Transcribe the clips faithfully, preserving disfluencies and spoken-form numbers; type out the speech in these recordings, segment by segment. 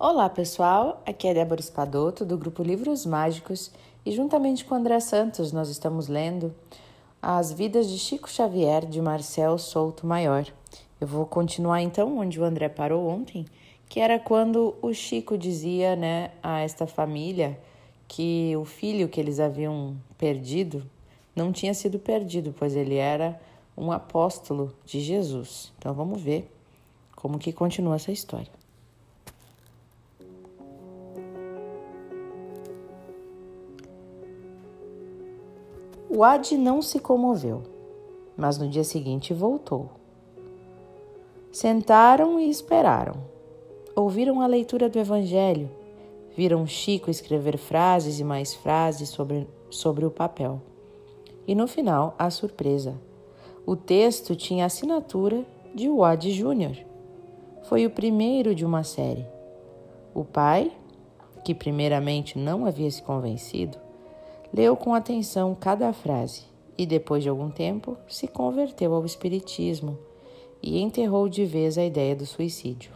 Olá pessoal, aqui é Débora Espadoto do grupo Livros Mágicos e juntamente com André Santos nós estamos lendo As Vidas de Chico Xavier de Marcel Souto Maior. Eu vou continuar então onde o André parou ontem, que era quando o Chico dizia né, a esta família que o filho que eles haviam perdido não tinha sido perdido, pois ele era um apóstolo de Jesus. Então vamos ver como que continua essa história. O Ade não se comoveu, mas no dia seguinte voltou. Sentaram e esperaram. Ouviram a leitura do Evangelho, viram Chico escrever frases e mais frases sobre, sobre o papel. E no final, a surpresa. O texto tinha a assinatura de Ade Júnior. Foi o primeiro de uma série. O pai, que primeiramente não havia se convencido, leu com atenção cada frase e, depois de algum tempo, se converteu ao espiritismo e enterrou de vez a ideia do suicídio.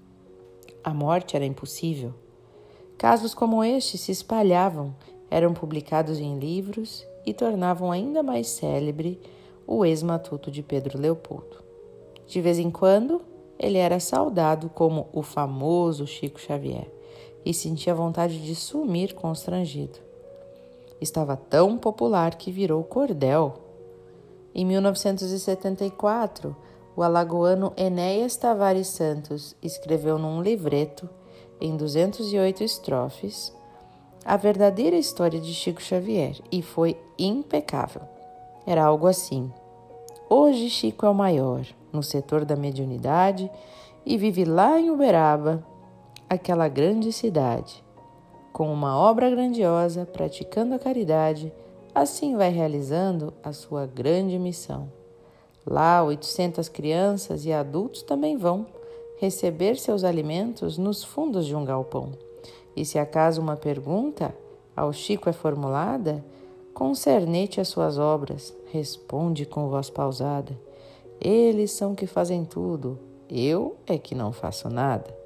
A morte era impossível. Casos como este se espalhavam, eram publicados em livros e tornavam ainda mais célebre o ex-matuto de Pedro Leopoldo. De vez em quando, ele era saudado como o famoso Chico Xavier e sentia vontade de sumir constrangido. Estava tão popular que virou cordel. Em mil novecentos e setenta e quatro, o alagoano Enéas Tavares Santos escreveu num livreto, em duzentas e oito estrofes, a verdadeira história de Chico Xavier e foi impecável. Era algo assim: hoje Chico é o maior no setor da mediunidade e vive lá em Uberaba, aquela grande cidade. Com uma obra grandiosa, praticando a caridade, assim vai realizando a sua grande missão. Lá, oitocentas crianças e adultos também vão receber seus alimentos nos fundos de um galpão. E se acaso uma pergunta ao Chico é formulada, concernente às suas obras, responde com voz pausada: eles são que fazem tudo, eu é que não faço nada.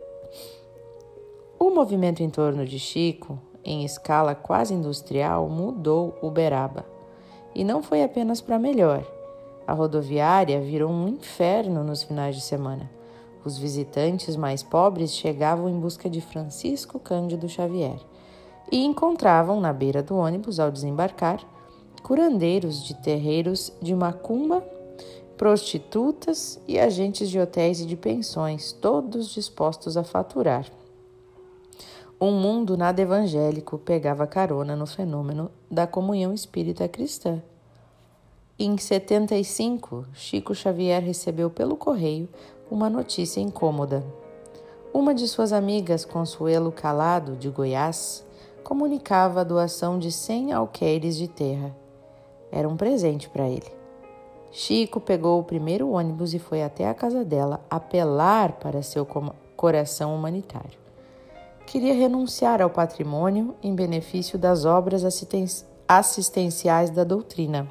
O movimento em torno de Chico, em escala quase industrial, mudou Uberaba. E não foi apenas para melhor. A rodoviária virou um inferno nos finais de semana. Os visitantes mais pobres chegavam em busca de Francisco Cândido Xavier e encontravam, na beira do ônibus, ao desembarcar, curandeiros de terreiros de macumba, prostitutas e agentes de hotéis e de pensões, todos dispostos a faturar. Um mundo nada evangélico pegava carona no fenômeno da comunhão espírita cristã. Em setenta e cinco, Chico Xavier recebeu pelo correio uma notícia incômoda. Uma de suas amigas, Consuelo Calado, de Goiás, comunicava a doação de cem alqueires de terra. Era um presente para ele. Chico pegou o primeiro ônibus e foi até a casa dela apelar para seu coração humanitário. Queria renunciar ao patrimônio em benefício das obras assistenciais da doutrina.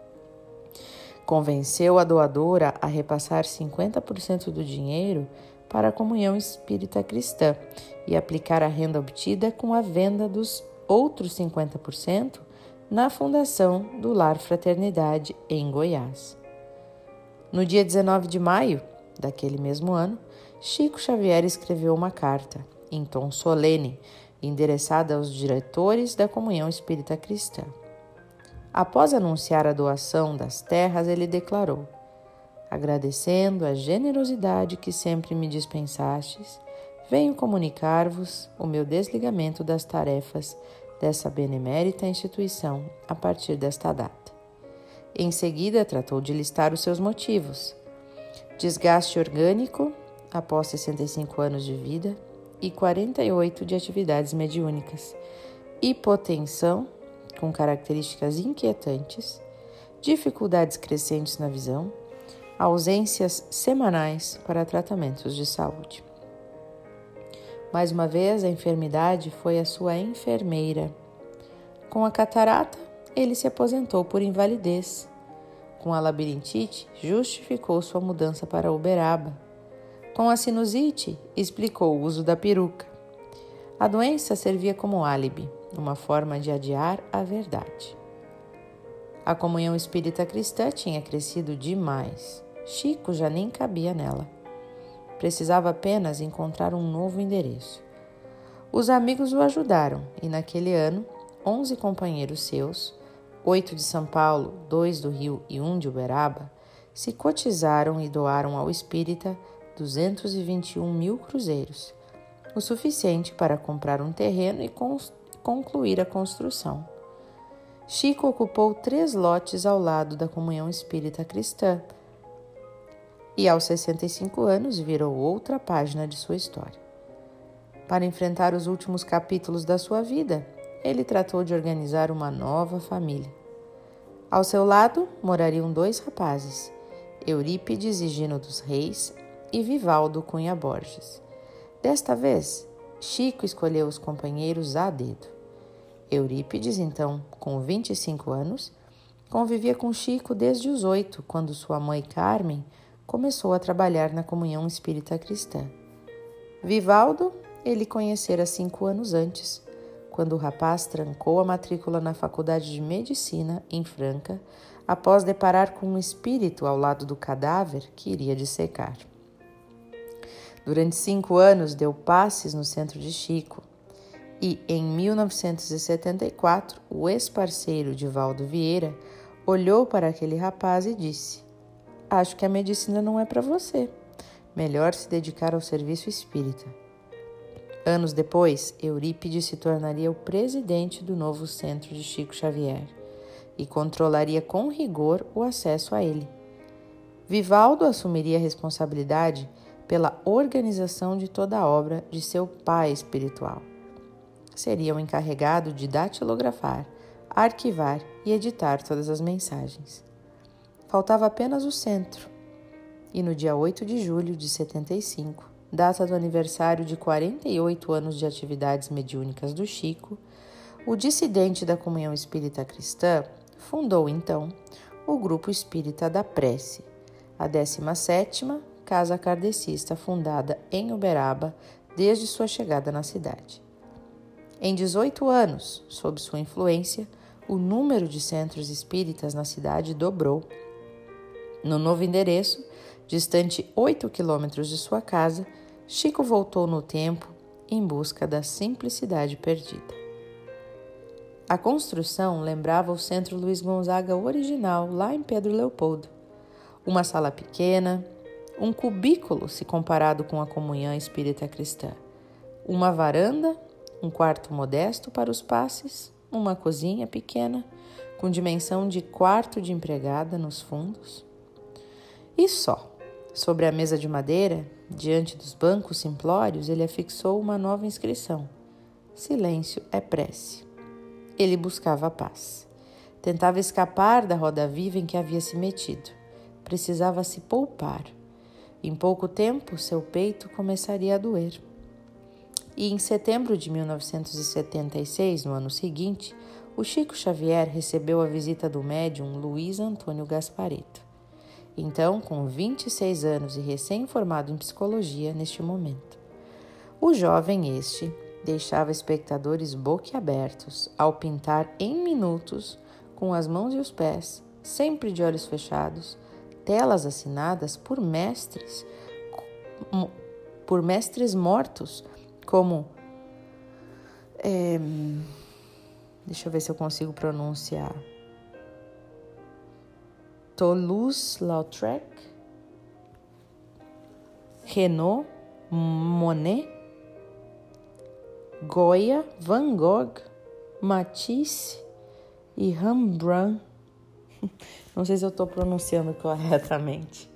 Convenceu a doadora a repassar cinquenta por cento do dinheiro para a comunhão espírita cristã e aplicar a renda obtida com a venda dos outros cinquenta por cento na fundação do Lar Fraternidade em Goiás. No dia dezenove de maio daquele mesmo ano, Chico Xavier escreveu uma carta, em tom solene, endereçada aos diretores da Comunhão Espírita Cristã. Após anunciar a doação das terras, ele declarou: agradecendo a generosidade que sempre me dispensastes, venho comunicar-vos o meu desligamento das tarefas dessa benemérita instituição a partir desta data. Em seguida, tratou de listar os seus motivos: desgaste orgânico após sessenta e cinco anos de vida e quarenta e oito de atividades mediúnicas, hipotensão com características inquietantes, dificuldades crescentes na visão, ausências semanais para tratamentos de saúde. Mais uma vez, a enfermidade foi a sua enfermeira. Com a catarata, ele se aposentou por invalidez. Com a labirintite, justificou sua mudança para Uberaba. Com a sinusite, explicou o uso da peruca. A doença servia como álibi, uma forma de adiar a verdade. A comunhão espírita cristã tinha crescido demais. Chico já nem cabia nela. Precisava apenas encontrar um novo endereço. Os amigos o ajudaram e, naquele ano, onze companheiros seus, oito de São Paulo, dois do Rio e um de Uberaba, se cotizaram e doaram ao espírita duzentos e vinte e um mil cruzeiros, o suficiente para comprar um terreno e concluir a construção. Chico ocupou três lotes ao lado da Comunhão Espírita Cristã e, aos sessenta e cinco anos, virou outra página de sua história. Para enfrentar os últimos capítulos da sua vida, ele tratou de organizar uma nova família. Ao seu lado morariam dois rapazes, Eurípides e Gino dos Reis e Vivaldo Cunha Borges. Desta vez, Chico escolheu os companheiros a dedo. Eurípides, então, com vinte e cinco anos, convivia com Chico desde os oito, quando sua mãe Carmen começou a trabalhar na Comunhão Espírita Cristã. Vivaldo, ele conhecera cinco anos antes, quando o rapaz trancou a matrícula na Faculdade de Medicina, em Franca, após deparar com um espírito ao lado do cadáver que iria dissecar. Durante cinco anos, deu passes no centro de Chico, e, em mil novecentos e setenta e quatro, o ex-parceiro Divaldo Vieira olhou para aquele rapaz e disse: "Acho que a medicina não é para você. Melhor se dedicar ao serviço espírita." Anos depois, Eurípides se tornaria o presidente do novo centro de Chico Xavier e controlaria com rigor o acesso a ele. Vivaldo assumiria a responsabilidade pela organização de toda a obra de seu pai espiritual. Seria o encarregado de datilografar, arquivar e editar todas as mensagens. Faltava apenas o centro. E no dia oito de julho de setenta e cinco, data do aniversário de quarenta e oito anos de atividades mediúnicas do Chico, o dissidente da Comunhão Espírita Cristã fundou, então, o Grupo Espírita da Prece, a décima sétima Casa Kardecista fundada em Uberaba desde sua chegada na cidade. Em dezoito anos, sob sua influência, o número de centros espíritas na cidade dobrou. No novo endereço, distante oito quilômetros de sua casa, Chico voltou no tempo em busca da simplicidade perdida. A construção lembrava o Centro Luiz Gonzaga original, lá em Pedro Leopoldo. Uma sala pequena, um cubículo se comparado com a Comunhão Espírita Cristã, uma varanda, um quarto modesto para os passes, uma cozinha pequena, com dimensão de quarto de empregada nos fundos. E só, sobre a mesa de madeira, diante dos bancos simplórios, ele afixou uma nova inscrição: Silêncio é prece. Ele buscava a paz. Tentava escapar da roda viva em que havia se metido. Precisava se poupar. Em pouco tempo, seu peito começaria a doer. E em setembro de mil novecentos e setenta e seis, no ano seguinte, o Chico Xavier recebeu a visita do médium Luiz Antônio Gasparetto. Então, com vinte e seis anos e recém-formado em psicologia neste momento. O jovem este deixava espectadores boquiabertos ao pintar em minutos, com as mãos e os pés, sempre de olhos fechados, telas assinadas por mestres, por mestres mortos, como, é, deixa eu ver se eu consigo pronunciar, Toulouse-Lautrec, Renaud, Monet, Goya, Van Gogh, Matisse e Rembrandt. Não sei se eu estou pronunciando corretamente,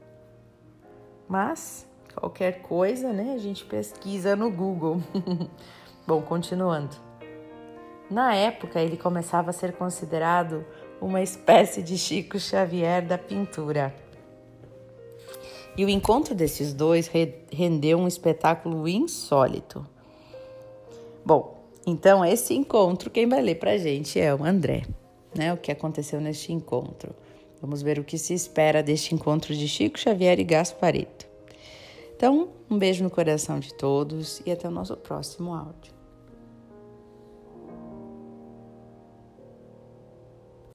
mas qualquer coisa, né, a gente pesquisa no Google. Bom, continuando. Na época, ele começava a ser considerado uma espécie de Chico Xavier da pintura. E o encontro desses dois rendeu um espetáculo insólito. Bom, então esse encontro, quem vai ler pra gente é o André, né? O que aconteceu neste encontro. Vamos ver o que se espera deste encontro de Chico Xavier e Gasparetto. Então, um beijo no coração de todos e até o nosso próximo áudio.